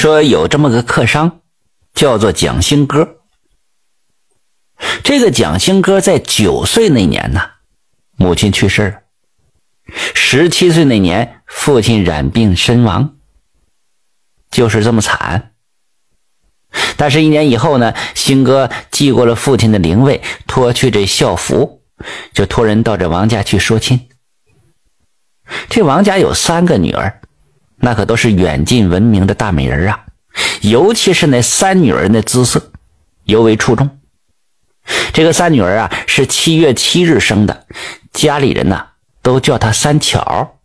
说有这么个客商叫做蒋兴哥。这个蒋兴哥在9岁那年呢，母亲去世了。17岁那年，父亲染病身亡，就是这么惨。但是1年以后呢，兴哥记过了父亲的灵位，托去这校服，就托人到这王家去说亲。这王家有3个女儿，那可都是远近闻名的大美人啊，尤其是那3女儿的姿色尤为出众。这个3女儿啊是7月7日生的，家里人呢都叫她三巧。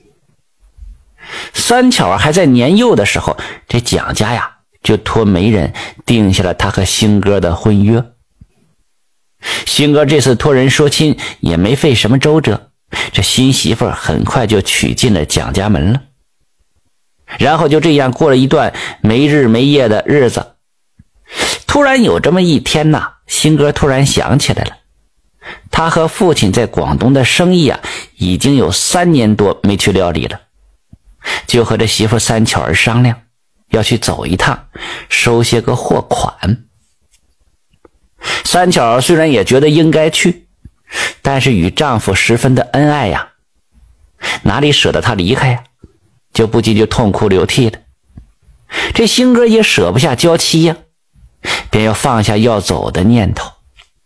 三巧还在年幼的时候，这蒋家呀就托媒人定下了他和兴哥的婚约。兴哥这次托人说亲也没费什么周折，这新媳妇很快就娶进了蒋家门了。然后就这样过了一段没日没夜的日子。突然有这么一天呐，兴哥突然想起来了，他和父亲在广东的生意啊已经有3年多没去料理了，就和这媳妇三巧儿商量要去走一趟，收些个货款。三巧儿虽然也觉得应该去，但是与丈夫十分的恩爱呀，哪里舍得他离开呀，就不禁就痛哭流涕了。这兴哥也舍不下娇妻呀，便要放下要走的念头。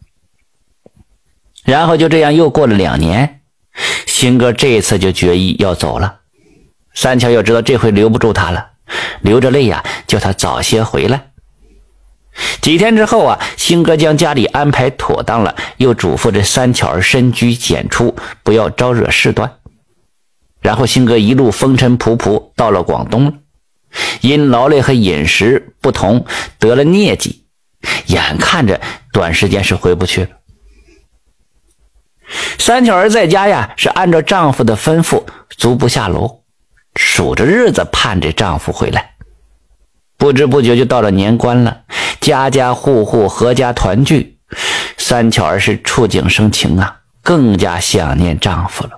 然后就这样又过了2年，兴哥这一次就决意要走了。三巧又知道这回留不住他了，流着泪呀叫他早些回来。几天之后啊，兴哥将家里安排妥当了，又嘱咐这三巧儿深居简出，不要招惹事端。然后兴哥一路风尘仆仆到了广东了，因劳累和饮食不同得了疟疾，眼看着短时间是回不去了。三巧儿在家呀是按照丈夫的吩咐足不下楼，数着日子盼着丈夫回来。不知不觉就到了年关了，家家户户阖家团聚，三巧儿是触景生情啊，更加想念丈夫了。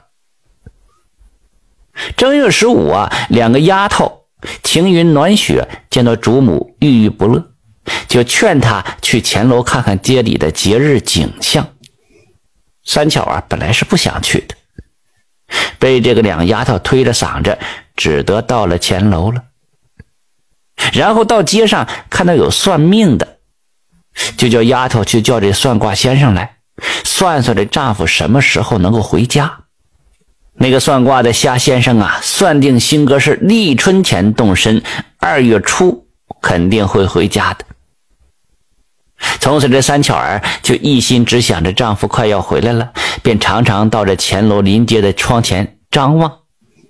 正月15啊，2个丫头晴云暖雪见到主母郁郁不乐，就劝她去前楼看看街里的节日景象。三巧啊本来是不想去的，被这个2丫头推着搡着，只得到了前楼了。然后到街上看到有算命的，就叫丫头去叫这算卦先生来算算这丈夫什么时候能够回家。那个算卦的虾先生啊，算定兴哥是立春前动身，2月初肯定会回家的。从此这三巧儿就一心只想着丈夫快要回来了，便常常到这前楼临街的窗前张望。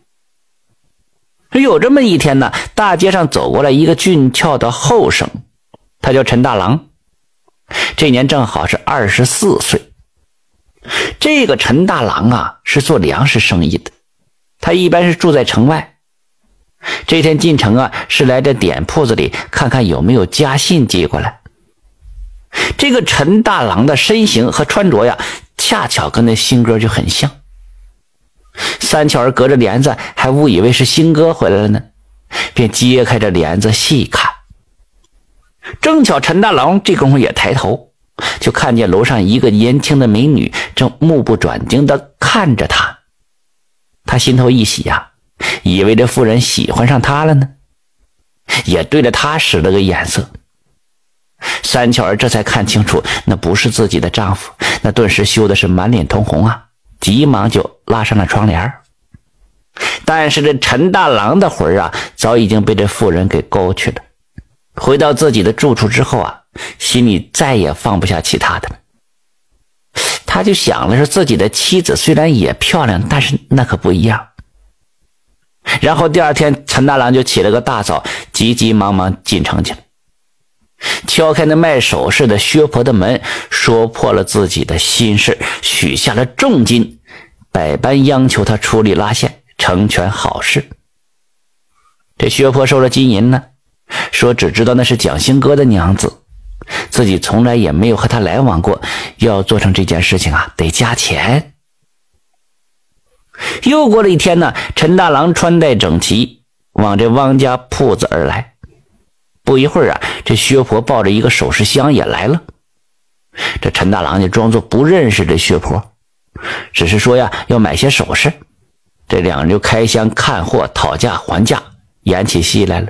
有这么一天呢，大街上走过来一个俊俏的后生，他叫陈大郎，这年正好是24岁。这个陈大郎啊是做粮食生意的，他一般是住在城外。这天进城啊，是来这点铺子里看看有没有家信寄过来。这个陈大郎的身形和穿着呀，恰巧跟那兴哥就很像。三巧儿隔着帘子还误以为是兴哥回来了呢，便揭开这帘子细看。正巧陈大郎这功夫也抬头，就看见楼上一个年轻的美女正目不转睛地看着他。他心头一喜呀，以为这妇人喜欢上他了呢，也对着他使了个眼色。三巧儿这才看清楚那不是自己的丈夫，那顿时羞的是满脸通红啊，急忙就拉上了窗帘。但是这陈大郎的魂啊早已经被这妇人给勾去了。回到自己的住处之后啊，心里再也放不下其他的了。他就想了，说自己的妻子虽然也漂亮，但是那可不一样。然后第2天陈大郎就起了个大早，急急忙忙进城去了，敲开那卖首饰的薛婆的门，说破了自己的心事，许下了重金，百般央求他出力拉线，成全好事。这薛婆收了金银呢，说只知道那是蒋兴哥的娘子，自己从来也没有和他来往过，要做成这件事情啊得加钱。又过了1天呢，陈大郎穿戴整齐，往这汪家铺子而来。 不一会儿啊，这薛婆抱着一个首饰箱也来了。这陈大郎就装作不认识这薛婆，只是说呀要买些首饰。这两人就开箱看货，讨价还价，演起戏来了。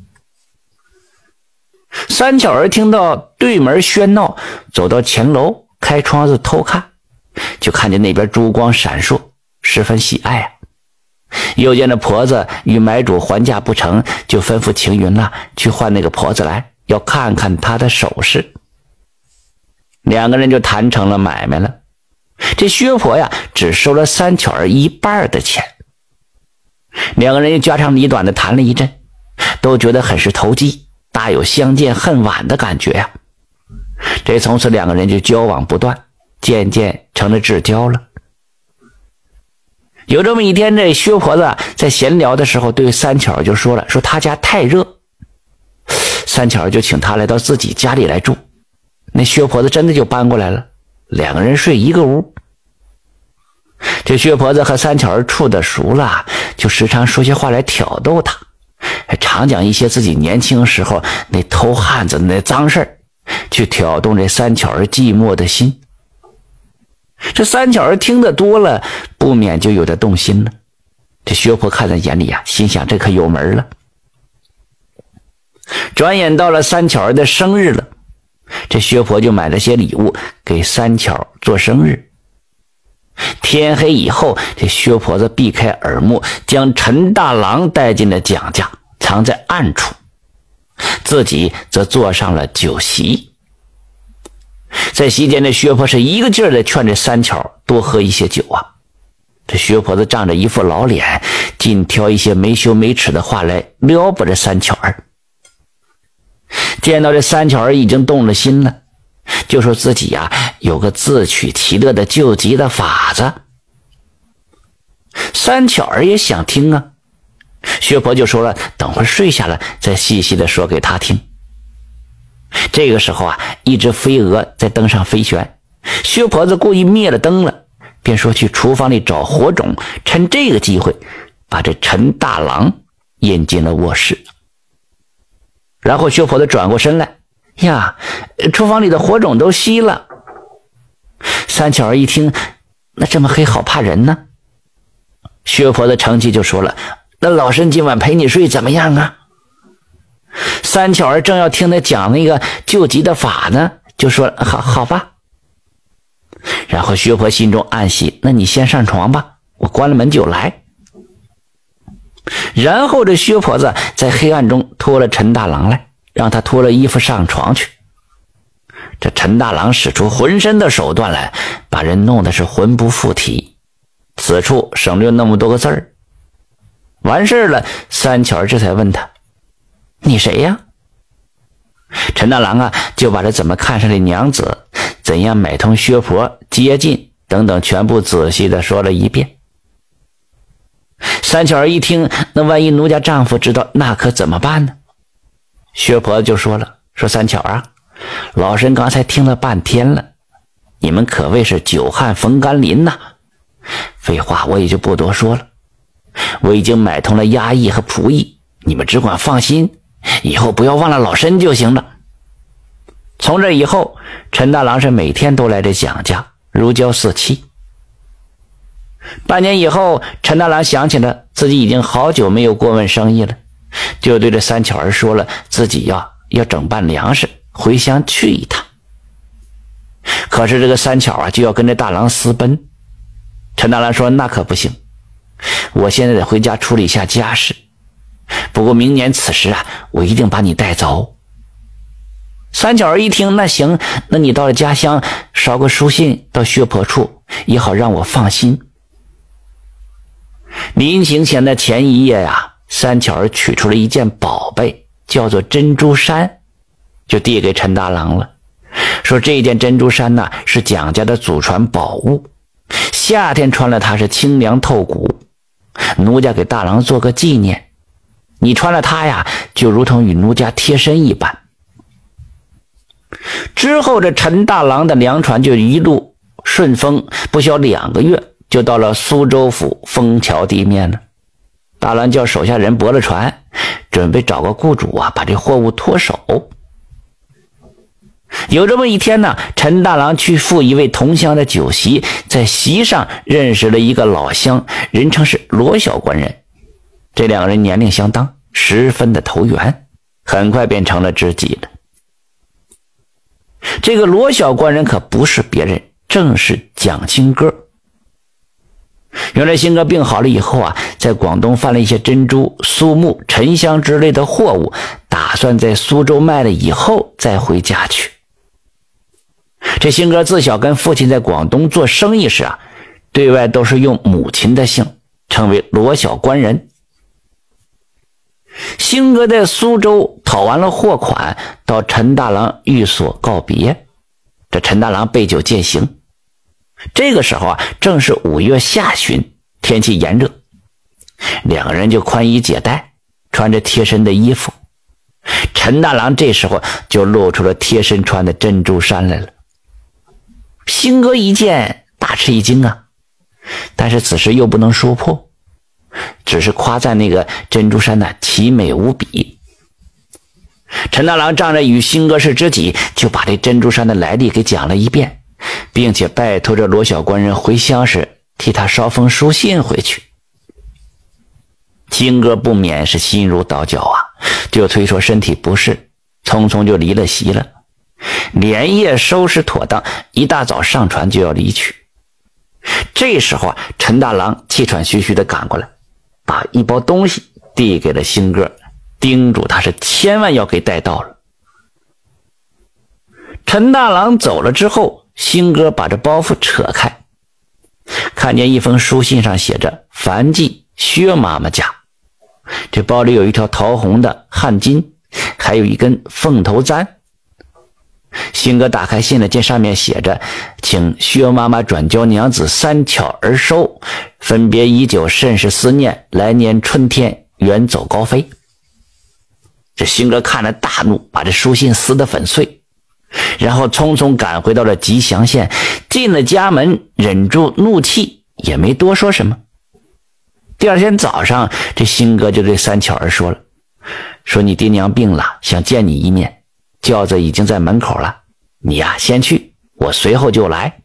三巧儿听到对门喧闹，走到前楼，开窗子偷看，就看见那边珠光闪烁，十分喜爱啊。又见那婆子与买主还价不成，就吩咐晴云了去换那个婆子来，要看看她的首饰。两个人就谈成了买卖了。这薛婆呀只收了三巧儿一半的钱。两个人又家长里短的谈了一阵，都觉得很是投机，大有相见恨晚的感觉呀。这从此两个人就交往不断，渐渐成了至交了。有这么一天，这薛婆子在闲聊的时候对三巧儿就说了，说他家太热，三巧儿就请他来到自己家里来住。那薛婆子真的就搬过来了，两个人睡一个屋。这薛婆子和三巧儿处得熟了，就时常说些话来挑逗他，还常讲一些自己年轻时候那偷汉子那脏事儿，去挑动这三巧儿寂寞的心。这三巧儿听得多了，不免就有点动心了。这薛婆看在眼里啊，心想这可有门了。转眼到了三巧儿的生日了，这薛婆就买了些礼物给三巧做生日。天黑以后，这薛婆子避开耳目，将陈大郎带进了蒋家，藏在暗处，自己则坐上了酒席。在席间，这薛婆是一个劲儿的劝这三巧多喝一些酒啊。这薛婆子仗着一副老脸，尽挑一些没羞没耻的话来撩拨着三巧儿。见到这三巧儿已经动了心了，就说自己呀有个自取其乐的救急的法子。三巧儿也想听啊，薛婆就说了，等会儿睡下了再细细的说给他听。这个时候啊，一只飞蛾在灯上飞旋，薛婆子故意灭了灯了，便说去厨房里找火种，趁这个机会把这陈大郎引进了卧室。然后薛婆子转过身来，呀，厨房里的火种都熄了。三巧儿一听，那这么黑好怕人呢。薛婆子乘机就说了，那老身今晚陪你睡怎么样啊？三巧儿正要听他讲那个救急的法呢，就说好吧。然后薛婆心中暗喜，那你先上床吧，我关了门就来。然后这薛婆子在黑暗中拖了陈大郎来，让他脱了衣服上床去。这陈大郎使出浑身的手段来，把人弄得是魂不附体，此处省略那么多个字儿。完事了，三巧儿这才问他，你谁呀？陈大郎啊就把这怎么看上的娘子，怎样买通薛婆接近等等全部仔细的说了一遍。三巧儿一听，那万一奴家丈夫知道，那可怎么办呢？薛婆就说了，说三巧儿啊，老身刚才听了半天了，你们可谓是久旱逢甘霖呐。废话我也就不多说了，我已经买通了衙役和仆役，你们只管放心，以后不要忘了老身就行了。从这以后，陈大郎是每天都来这蒋家，如胶似漆。半年以后，陈大郎想起了自己已经好久没有过问生意了，就对这三巧儿说了自己要整办粮食，回乡去一趟。可是这个三巧啊就要跟这大郎私奔。陈大郎说，那可不行，我现在得回家处理一下家事，不过明年此时啊，我一定把你带走。三巧儿一听，那行，那你到了家乡捎个书信到薛婆处，也好让我放心。临行前的前一夜呀，三巧儿取出了一件宝贝，叫做珍珠衫，就递给陈大郎了，说这件珍珠衫呢是蒋家的祖传宝物，夏天穿了它是清凉透骨，奴家给大郎做个纪念，你穿了它呀，就如同与奴家贴身一般。之后这陈大郎的粮船就一路顺风，不消2个月就到了苏州府枫桥地面了。大郎叫手下人泊了船， 准备找个雇主啊，把这货物脱手。有这么一天呢，陈大郎去赴一位同乡的酒席，在席上认识了一个老乡，人称是罗小官人。这两个人年龄相当，十分的投缘，很快便成了知己了。这个罗小官人可不是别人，正是蒋兴哥。原来兴哥病好了以后啊，在广东贩了一些珍珠、苏木、沉香之类的货物，打算在苏州卖了以后再回家去。这兴哥自小跟父亲在广东做生意时啊，对外都是用母亲的姓，称为罗小官人。兴哥在苏州讨完了货款，到陈大郎寓所告别。这陈大郎备酒饯行。这个时候啊，正是5月下旬，天气炎热，两个人就宽衣解带，穿着贴身的衣服。陈大郎这时候就露出了贴身穿的珍珠衫来了。兴哥一见大吃一惊啊，但是此时又不能说破，只是夸赞那个珍珠衫呢奇美无比。陈大郎仗着与兴哥是知己，就把这珍珠衫的来历给讲了一遍，并且拜托着罗小官人回乡时替他捎封书信回去。兴哥不免是心如刀绞啊，就推说身体不适，匆匆就离了席了。连夜收拾妥当，一大早上船就要离去。这时候啊，陈大郎气喘吁吁地赶过来，把一包东西递给了兴哥，叮嘱他是千万要给带到了。陈大郎走了之后，兴哥把这包袱扯开，看见一封书信上写着樊记薛妈妈家。这包里有一条桃红的汗巾，还有一根凤头簪。兴哥打开信了，见上面写着请薛妈妈转交娘子三巧儿收，分别已久，甚是思念，来年春天远走高飞。这兴哥看了大怒，把这书信撕得粉碎，然后匆匆赶回到了吉祥县，进了家门，忍住怒气，也没多说什么。第二天早上，这兴哥就对三巧儿说了，说你爹娘病了，想见你一面，轿子已经在门口了，你呀先去，我随后就来。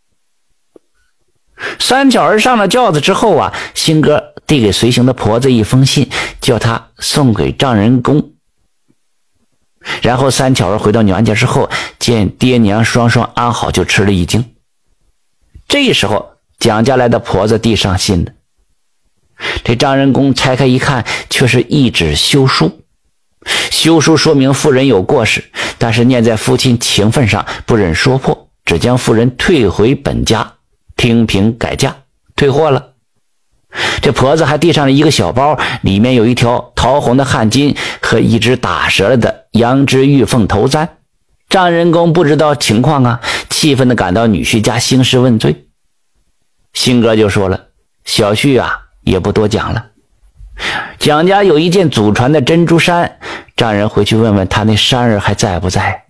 三巧儿上了轿子之后啊，兴哥递给随行的婆子一封信，叫他送给丈人公。然后三巧儿回到娘家之后，见爹娘双双安好，就吃了一惊。这时候蒋家来的婆子递上信了，这丈人公拆开一看，却是一纸休书。休书说明妇人有过失，但是念在夫亲情分上，不忍说破，只将妇人退回本家，听凭改嫁，退货了。这婆子还递上了一个小包，里面有一条桃红的汗巾和一只打折了的羊脂玉凤头簪。丈人公不知道情况啊，气愤地赶到女婿家兴师问罪。兴哥就说了，小婿啊也不多讲了，蒋家有一件祖传的珍珠衫，丈人回去问问他那衫儿还在不在。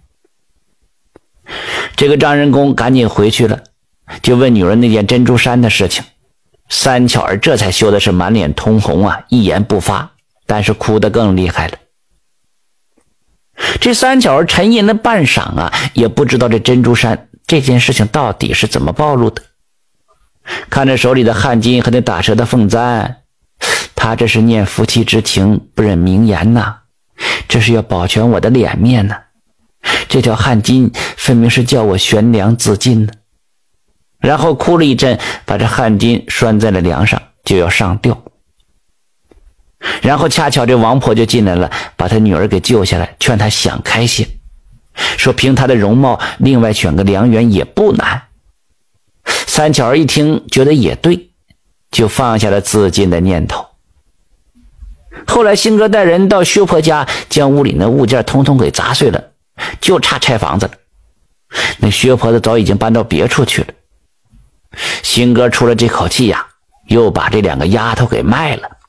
这个丈人公赶紧回去了，就问女人那件珍珠衫的事情。三巧儿这才羞的是满脸通红啊，一言不发，但是哭得更厉害了。这三巧儿沉吟了半晌啊，也不知道这珍珠衫这件事情到底是怎么暴露的。看着手里的汗巾和那打折的凤簪，他这是念夫妻之情，不忍明言呐，这是要保全我的脸面呐。这条汗巾分明是叫我悬梁自尽呢。然后哭了一阵，把这汗巾拴在了梁上，就要上吊。然后恰巧这王婆就进来了，把他女儿给救下来，劝他想开些，说凭他的容貌，另外选个良缘也不难。三巧儿一听觉得也对，就放下了自尽的念头。后来兴哥带人到薛婆家，将屋里的物件统统给砸碎了，就差拆房子了。那薛婆子早已经搬到别处去了。兴哥出了这口气呀，又把这两个丫头给卖了。